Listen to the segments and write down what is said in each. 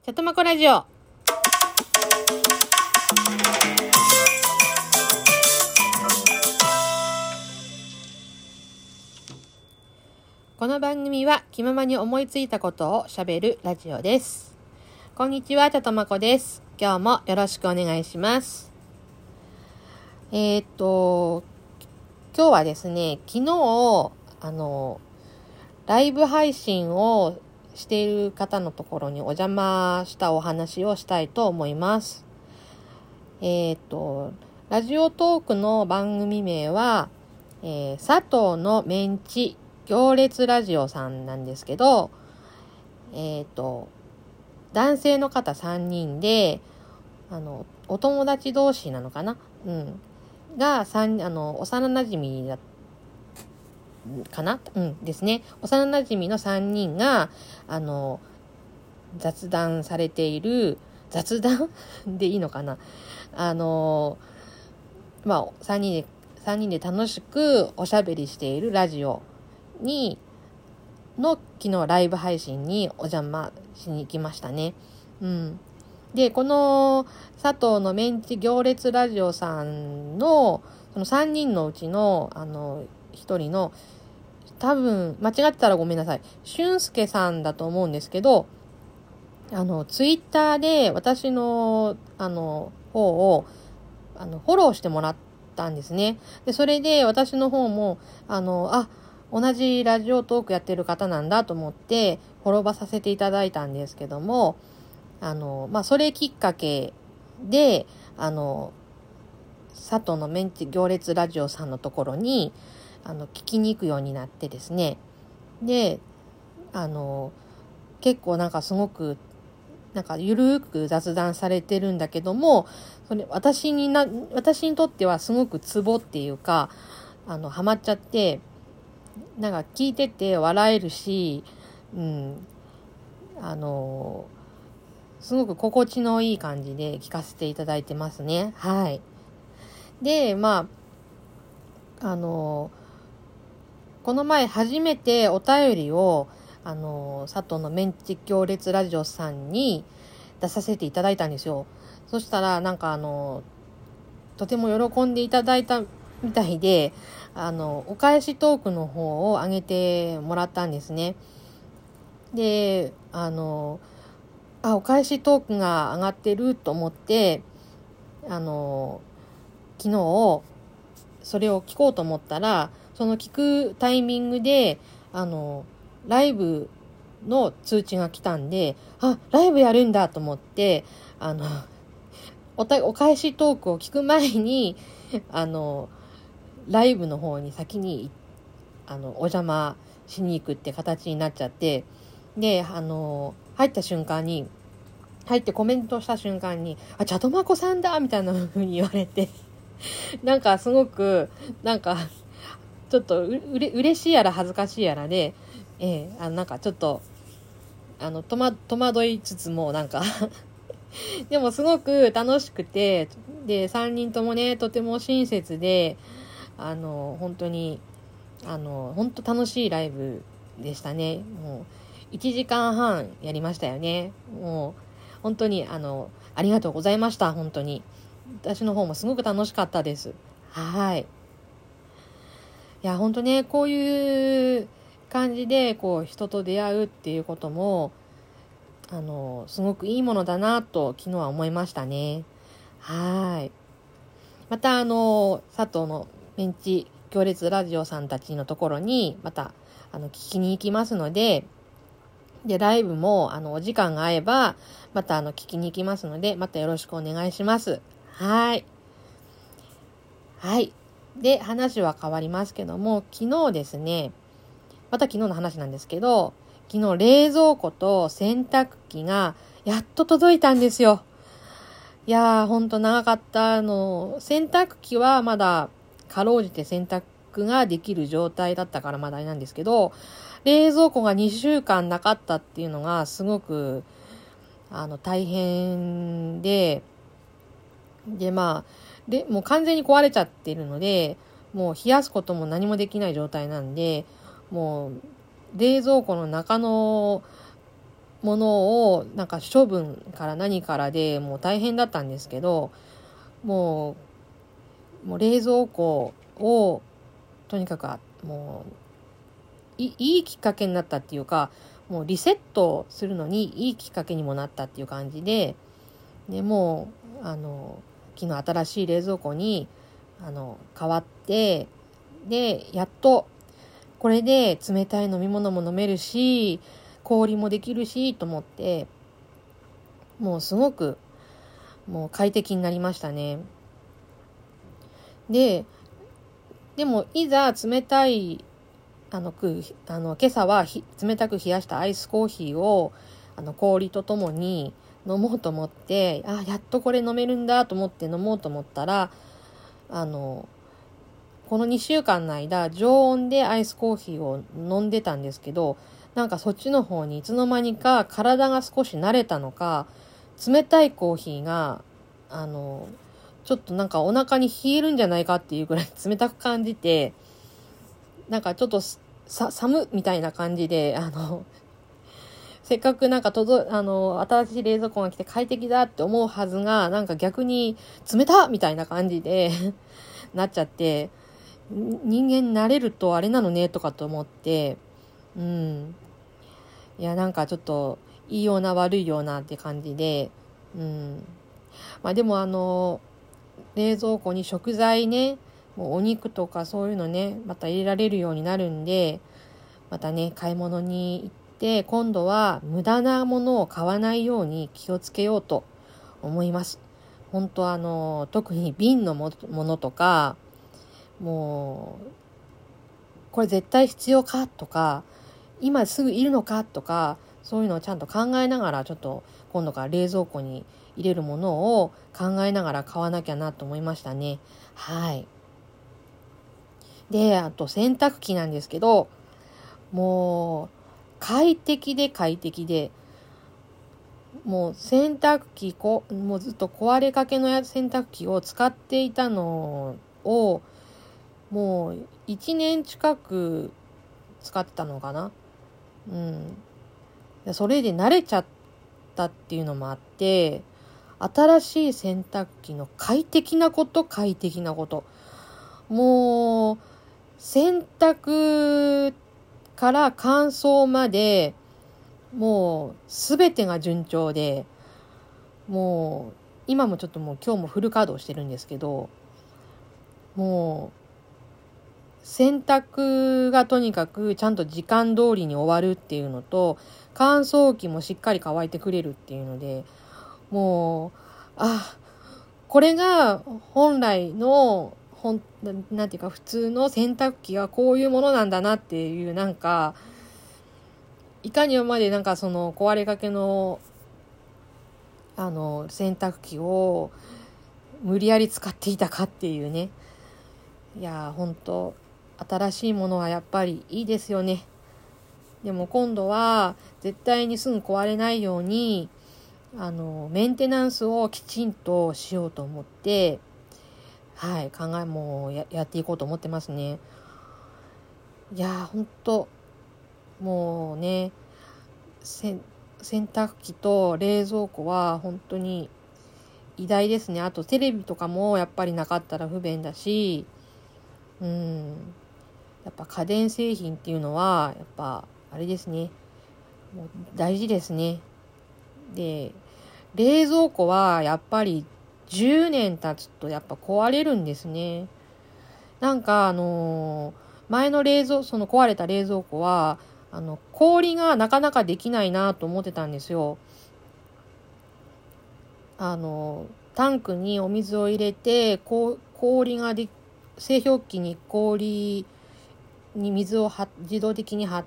ちゃとまこラジオ。この番組は気ままに思いついたことをしゃべるラジオです。こんにちは、ちゃとまこです。今日もよろしくお願いします。今日はですね、昨日ライブ配信をしている方のところにお邪魔したお話をしたいと思います。ラジオトークの番組名は、佐藤のメンチ行列ラジオさんなんですけど、男性の方3人で、お友達同士なのかな、が幼馴染だかな、ですね。幼馴染の3人が雑談されている、雑談でいいのかな、3人で楽しくおしゃべりしているラジオの昨日ライブ配信にお邪魔しに行きましたね。で、この佐藤のメンチ行列ラジオさんのその3人のうちの1人の、多分間違ってたらごめんなさい、俊介さんだと思うんですけど、ツイッターで私の方をフォローしてもらったんですね。で、それで私の方も同じラジオトークやってる方なんだと思ってフォローバさせていただいたんですけども、それきっかけで佐藤のメンチ行列ラジオさんのところに聞きに行くようになってですね。で、結構すごくゆるーく雑談されてるんだけども、それ私にとってはすごくツボっていうか、ハマっちゃって、聞いてて笑えるし、すごく心地のいい感じで聞かせていただいてますね。はい。で、この前初めてお便りを佐藤のメンチ行列ラジオさんに出させていただいたんですよ。そしたらとても喜んでいただいたみたいで、お返しトークの方を上げてもらったんですね。で、お返しトークが上がってると思って、昨日それを聞こうと思ったら、その聞くタイミングでライブの通知が来たんで、ライブやるんだと思って、お返しトークを聞く前にライブの方に先にお邪魔しに行くって形になっちゃって、で入ってコメントした瞬間にちゃとまこさんだみたいな風に言われてすごくちょっと嬉しいやら恥ずかしいやらで、ちょっと戸惑いつつもでもすごく楽しくて、で3人ともねとても親切で本当に本当楽しいライブでしたね。もう1時間半やりましたよね。もう本当にありがとうございました。本当に私の方もすごく楽しかったです。はい。いや本当ね、こういう感じで人と出会うっていうこともすごくいいものだなと昨日は思いましたね。はい。また佐藤のメンチ行列ラジオさんたちのところにまた聞きに行きますので、ライブもお時間が合えばまた聞きに行きますので、またよろしくお願いします。はい。で、話は変わりますけども、昨日ですね、また昨日の話なんですけど、昨日冷蔵庫と洗濯機がやっと届いたんですよ。いやーほんと長かった。洗濯機はまだかろうじて洗濯ができる状態だったからまだあれなんですけど、冷蔵庫が2週間なかったっていうのがすごく大変で、もう完全に壊れちゃってるので、もう冷やすことも何もできない状態なんで、もう冷蔵庫の中のものをなんか処分から何からでもう大変だったんですけど、もう冷蔵庫をとにかくもういいきっかけになったっていうか、もうリセットするのにいいきっかけにもなったっていう感じで、もう昨日新しい冷蔵庫に変わって、でやっとこれで冷たい飲み物も飲めるし氷もできるしと思って、もうすごくもう快適になりましたね。でもいざ冷たい今朝は冷たく冷やしたアイスコーヒーを氷とともに飲もうと思って、やっとこれ飲めるんだと思って飲もうと思ったら、この2週間の間常温でアイスコーヒーを飲んでたんですけど、なんかそっちの方にいつの間にか体が少し慣れたのか、冷たいコーヒーがちょっとなんかお腹に冷えるんじゃないかっていうぐらい冷たく感じて、なんかちょっと寒みたいな感じで、せっかくなんか新しい冷蔵庫が来て快適だって思うはずが、なんか逆に冷たみたいな感じでなっちゃって、人間慣れるとあれなのねとかと思って、いやなんかちょっといいような悪いようなって感じで、でも冷蔵庫に食材ね、もうお肉とかそういうのね、また入れられるようになるんで、またね、買い物に行って、今度は無駄なものを買わないように気をつけようと思います。本当特に瓶のものとか、もう、これ絶対必要かとか、今すぐいるのかとか、そういうのをちゃんと考えながら、ちょっと今度から冷蔵庫に入れるものを考えながら買わなきゃなと思いましたね。はい。で、あと洗濯機なんですけど、もう快適で快適で、もう洗濯機もうずっと壊れかけの洗濯機を使っていたのをもう1年近く使ってたのかな。それで慣れちゃったっていうのもあって、新しい洗濯機の快適なこと、もう洗濯から乾燥までもうすべてが順調で、もう今もちょっともう今日もフル稼働してるんですけど、もう洗濯がとにかくちゃんと時間通りに終わるっていうのと、乾燥機もしっかり乾いてくれるっていうので、もうこれが本来のなんていうか普通の洗濯機がこういうものなんだなっていう、なんかいかに今までなんかその壊れかけの洗濯機を無理やり使っていたかっていうね。いや本当新しいものはやっぱりいいですよね。でも今度は絶対にすぐ壊れないようにメンテナンスをきちんとしようと思って、もう やっていこうと思ってますね。いや本当もうね、洗濯機と冷蔵庫は本当に偉大ですね。あとテレビとかもやっぱりなかったら不便だし、やっぱ家電製品っていうのはやっぱあれですね、もう大事ですね。で、冷蔵庫はやっぱり10年経つとやっぱ壊れるんですね。なんか前のその壊れた冷蔵庫は氷がなかなかできないなと思ってたんですよ。タンクにお水を入れて氷が製氷機に氷に水を自動的に張って、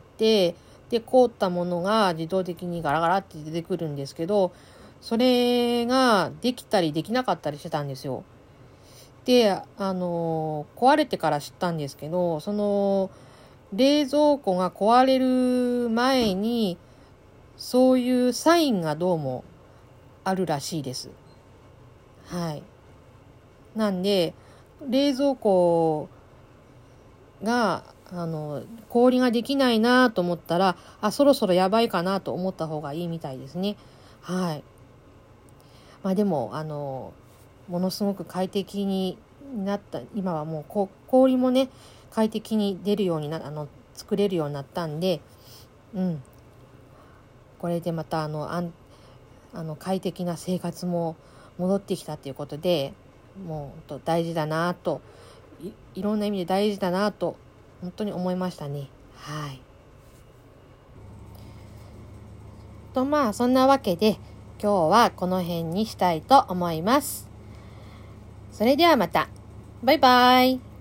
で凍ったものが自動的にガラガラって出てくるんですけど、それができたりできなかったりしてたんですよ。で壊れてから知ったんですけど、その冷蔵庫が壊れる前にそういうサインがどうもあるらしいです。なんで冷蔵庫が氷ができないなと思ったら、そろそろやばいかなと思った方がいいみたいですね。はい。でも、ものすごく快適になった、今はもう氷もね、快適に出るように作れるようになったんで、これでまた快適な生活も戻ってきたということで、もう大事だなと、いろんな意味で大事だなと本当に思いましたね。はい。そんなわけで今日はこの辺にしたいと思います。それではまた。バイバイ。